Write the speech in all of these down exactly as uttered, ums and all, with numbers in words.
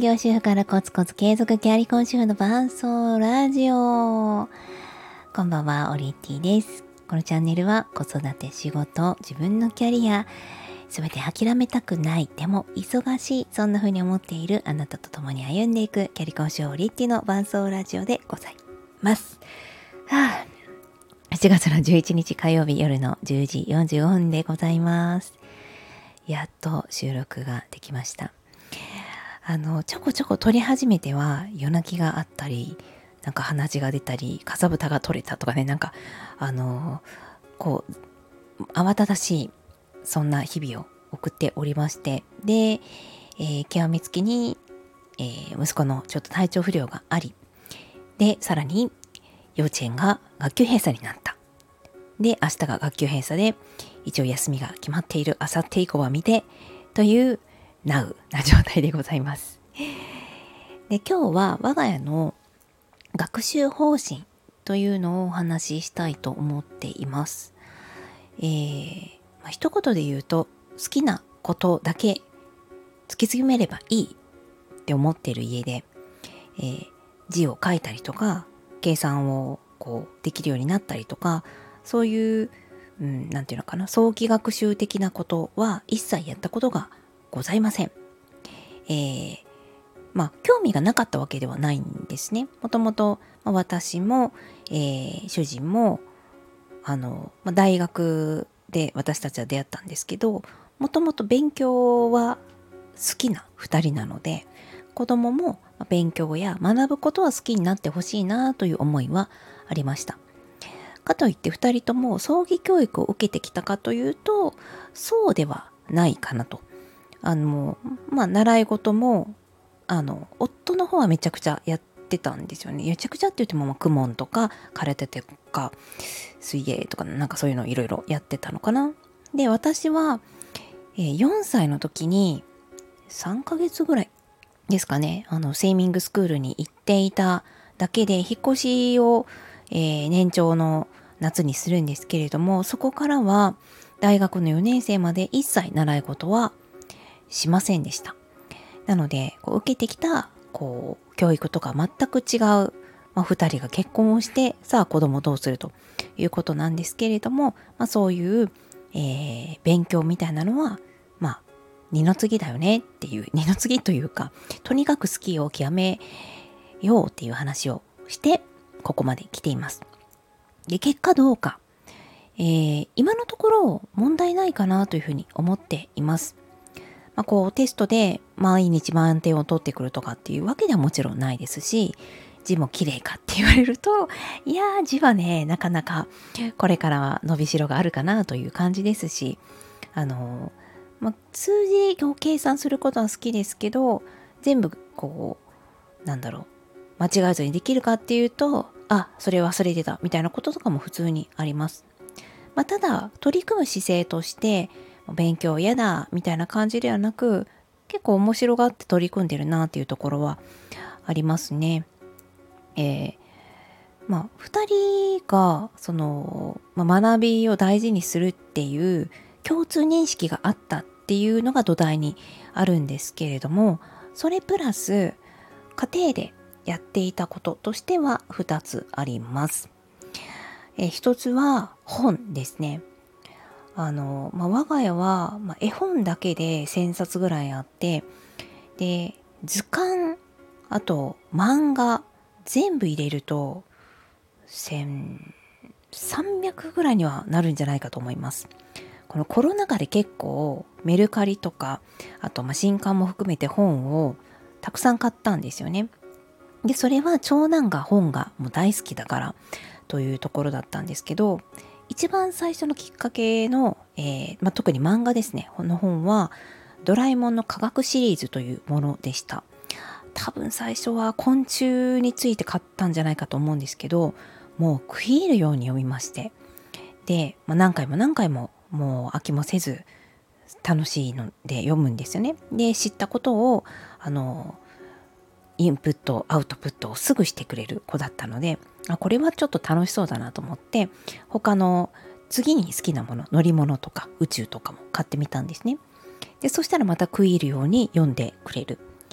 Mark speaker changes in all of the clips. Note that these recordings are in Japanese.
Speaker 1: 業主婦からコツコツ継続キャリコン主婦の伴奏ラジオ。こんばんは、オリエッティです。このチャンネルは子育て、仕事、自分のキャリア、すべて諦めたくない、でも忙しい、そんな風に思っているあなたと共に歩んでいくキャリコン主婦オリエッティの伴奏ラジオでございます。はぁ、しちがつのじゅういちにち火曜日夜のじゅうじよんじゅうごふんでございます。やっと収録ができました。あのちょこちょこ撮り始めては夜泣きがあったり、なんか鼻血が出たり、かさぶたが取れたとかね、なんかあのこう慌ただしいそんな日々を送っておりまして、で、えー、極めつきに、えー、息子のちょっと体調不良があり、でさらに幼稚園が学級閉鎖になった。で明日が学級閉鎖で一応休みが決まっている。あさって以降は見てというナウな状態でございます。で今日は我が家の学習方針というのをお話ししたいと思っています。えーまあ、一言で言うと、好きなことだけ突き詰めればいいって思っている家で、えー、字を書いたりとか計算をこうできるようになったりとか、そういう、うん、なんていうのかな、早期学習的なことは一切やったことがございません。えー、まあ興味がなかったわけではないんですね。もともと私も、えー、主人もあの、まあ、大学で私たちは出会ったんですけど、もともと勉強は好きなふたりなので、子供も勉強や学ぶことは好きになってほしいなという思いはありました。かといってふたりとも早期教育を受けてきたかというと、そうではないかなと。あのまあ習い事もあの夫の方はめちゃくちゃやってたんですよね。めちゃくちゃって言っても、まあ、公文とか空手とか水泳とかなんかそういうのいろいろやってたのかな。で私は、えー、よんさいの時にさんかげつぐらいですかね、あのスイミングスクールに行っていただけで、引っ越しを、えー、年長の夏にするんですけれども、そこからは大学のよねん生まで一切習い事はしませんでした。なのでこう受けてきたこう教育とか全く違う、まあ、ふたりが結婚をして、さあ子供どうするということなんですけれども、まあ、そういう、えー、勉強みたいなのはまあ二の次だよねっていう、二の次というか、とにかくスキーを極めようっていう話をしてここまで来ています。で結果どうか、えー、今のところ問題ないかなというふうに思っています。まあ、こうテストで毎日満点を取ってくるとかっていうわけではもちろんないですし、字も綺麗かって言われると、いやー字はねなかなかこれからは伸びしろがあるかなという感じですし、あのーまあ、数字を計算することは好きですけど、全部こうなんだろう間違えずにできるかっていうと、あそれ忘れてたみたいなこととかも普通にあります。まあ、ただ取り組む姿勢として勉強嫌だみたいな感じではなく、結構面白がって取り組んでるなっていうところはありますね。えー、まあふたりがその、まあ、学びを大事にするっていう共通認識があったっていうのが土台にあるんですけれども、それプラス家庭でやっていたこととしてはふたつあります。えー、ひとつは本ですね。あの、まあ、我が家は、まあ、絵本だけでせんさつぐらいあって、で図鑑、あと漫画全部入れるとせんさんびゃくぐらいにはなるんじゃないかと思います。このコロナ禍で結構メルカリとか、あとまあ新刊も含めて本をたくさん買ったんですよね。でそれは長男が本がもう大好きだからというところだったんですけど、一番最初のきっかけの、えーまあ、特に漫画ですね、この本はドラえもんの科学シリーズというものでした。多分最初は昆虫について買ったんじゃないかと思うんですけど、もう食い入るように読みまして、で、まあ、何回も何回ももう飽きもせず楽しいので読むんですよね。で知ったことをあのインプットアウトプットをすぐしてくれる子だったので、あこれはちょっと楽しそうだなと思って、他の次に好きなもの、乗り物とか宇宙とかも買ってみたんですね。でそしたらまた食い入るように読んでくれる。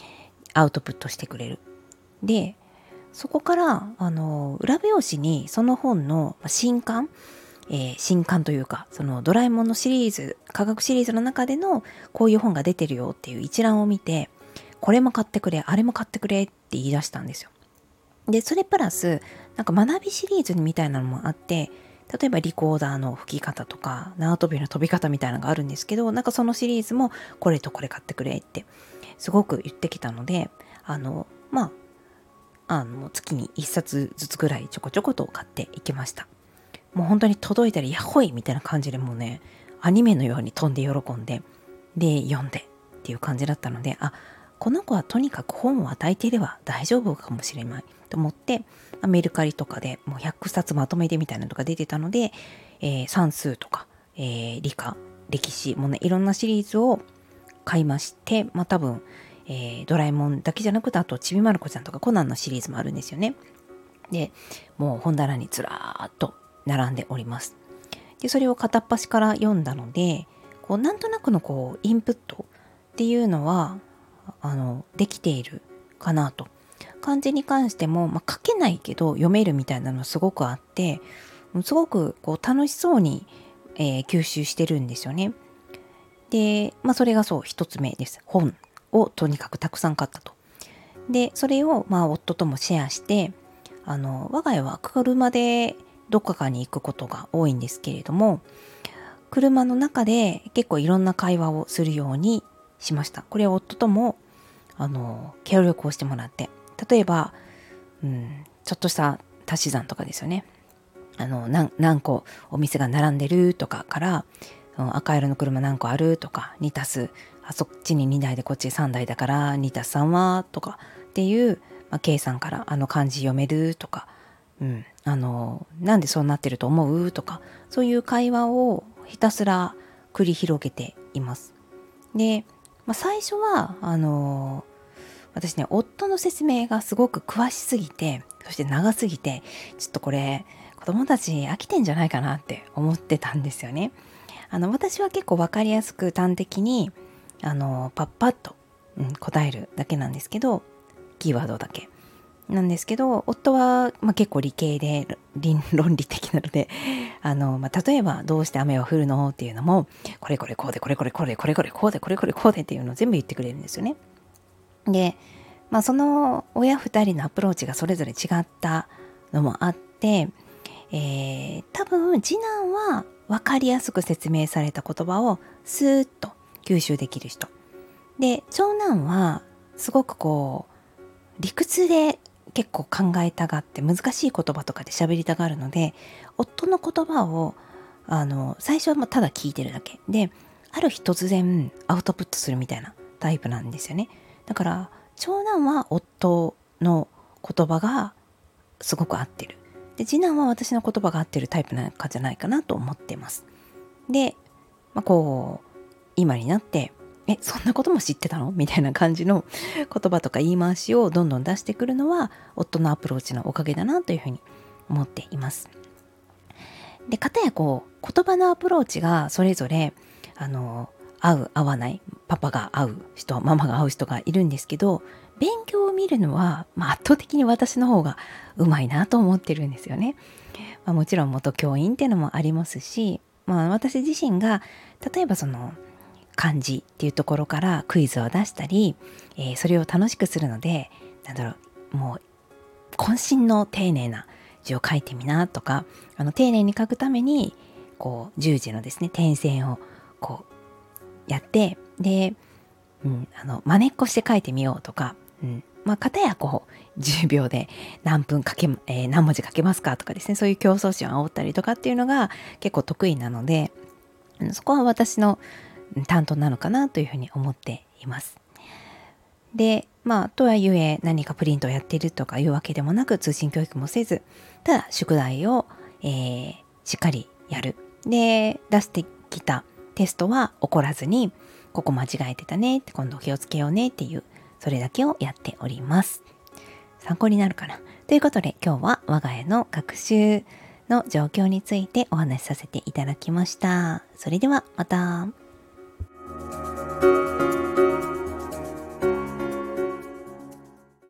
Speaker 1: アウトプットしてくれる。でそこからあの裏表紙にその本の新刊、えー、新刊というかそのドラえもんのシリーズ、科学シリーズの中でのこういう本が出てるよっていう一覧を見て、これも買ってくれあれも買ってくれって言い出したんですよ。でそれプラスなんか学びシリーズみたいなのもあって、例えばリコーダーの吹き方とか縄跳びの飛び方みたいなのがあるんですけど、なんかそのシリーズもこれとこれ買ってくれってすごく言ってきたので、あのまああの月にいっさつずつぐらいちょこちょこと買っていきました。もう本当に届いたりヤッホイみたいな感じで、もうねアニメのように飛んで喜んでで読んでっていう感じだったので、あ、この子はとにかく本を与えていれば大丈夫かもしれないと思って、メルカリとかでもうひゃくさつまとめてみたいなのが出てたので、えー、算数とか、えー、理科、歴史もねいろんなシリーズを買いまして、まあ多分えー、ドラえもんだけじゃなくて、あとちびまる子ちゃんとかコナンのシリーズもあるんですよね。でもう本棚にずらーっと並んでおります。でそれを片っ端から読んだので、こうなんとなくのこうインプットっていうのはあのできているかなと。漢字に関しても、まあ、書けないけど読めるみたいなのすごくあって、すごくこう楽しそうに、えー、吸収してるんですよね。で、まあ、それがそう一つ目です。本をとにかくたくさん買ったと。でそれをまあ夫ともシェアして、あの我が家は車でどっかかに行くことが多いんですけれども、車の中で結構いろんな会話をするようにしました。これは夫ともあの協力をしてもらって、例えば、うん、ちょっとした足し算とかですよね。あの 何, 何個お店が並んでるとかから、赤色の車何個あるとか、にたすあそっちににだいでこっちさんだいだからにたすさんはとかっていう、まあ、計算から、あの漢字読めるとか、うん、あのなんでそうなってると思うとか、そういう会話をひたすら繰り広げています。で、まあ、最初はあの私ね夫の説明がすごく詳しすぎて、そして長すぎて、ちょっとこれ子供たち飽きてんじゃないかなって思ってたんですよね。あの私は結構分かりやすく端的にあのパッパッと、うん、答えるだけなんですけど、キーワードだけなんですけど、夫は、まあ、結構理系で論理的なので、あの、まあ、例えばどうして雨は降るのっていうのも、これこれこうでこれこれこれこれこれこうでこれこれこうでっていうのを全部言ってくれるんですよね。で、まあ、その親二人のアプローチがそれぞれ違ったのもあって、えー、多分次男は分かりやすく説明された言葉をスーッと吸収できる人で、長男はすごくこう理屈で結構考えたがって難しい言葉とかで喋りたがるので、夫の言葉をあの最初はただ聞いてるだけで、ある日突然アウトプットするみたいなタイプなんですよね。だから長男は夫の言葉がすごく合ってる。で次男は私の言葉が合ってるタイプなんかじゃないかなと思ってます。で、まあ、こう今になってえそんなことも知ってたのみたいな感じの言葉とか言い回しをどんどん出してくるのは夫のアプローチのおかげだなというふうに思っています。でかたやこう言葉のアプローチがそれぞれあの合う合わない、パパが合う人ママが合う人がいるんですけど、勉強を見るのは、まあ、圧倒的に私の方がうまいなと思ってるんですよね。まあ、もちろん元教員っていうのもありますし、まあ、私自身が例えばその漢字っていうところからクイズを出したり、えー、それを楽しくするので、なんだろう、もう渾身の丁寧な字を書いてみなとか、あの丁寧に書くためにこう十字のですね点線をこうやって、で、うん、あの真似っこして書いてみようとか、うん、まあ片やこうじゅうびょうで何分書け、えー、何文字書けますかとかですね、そういう競争心を煽ったりとかっていうのが結構得意なので、そこは私の担当なのかなというふうに思っています。で、まあとはいえ何かプリントをやっているとかいうわけでもなく、通信教育もせず、ただ宿題を、えー、しっかりやる。で、出してきたテストは怒らずに、ここ間違えてたねって、今度気をつけようねっていう、それだけをやっております。参考になるかなということで、今日は我が家の学習の状況についてお話しさせていただきました。それではまた。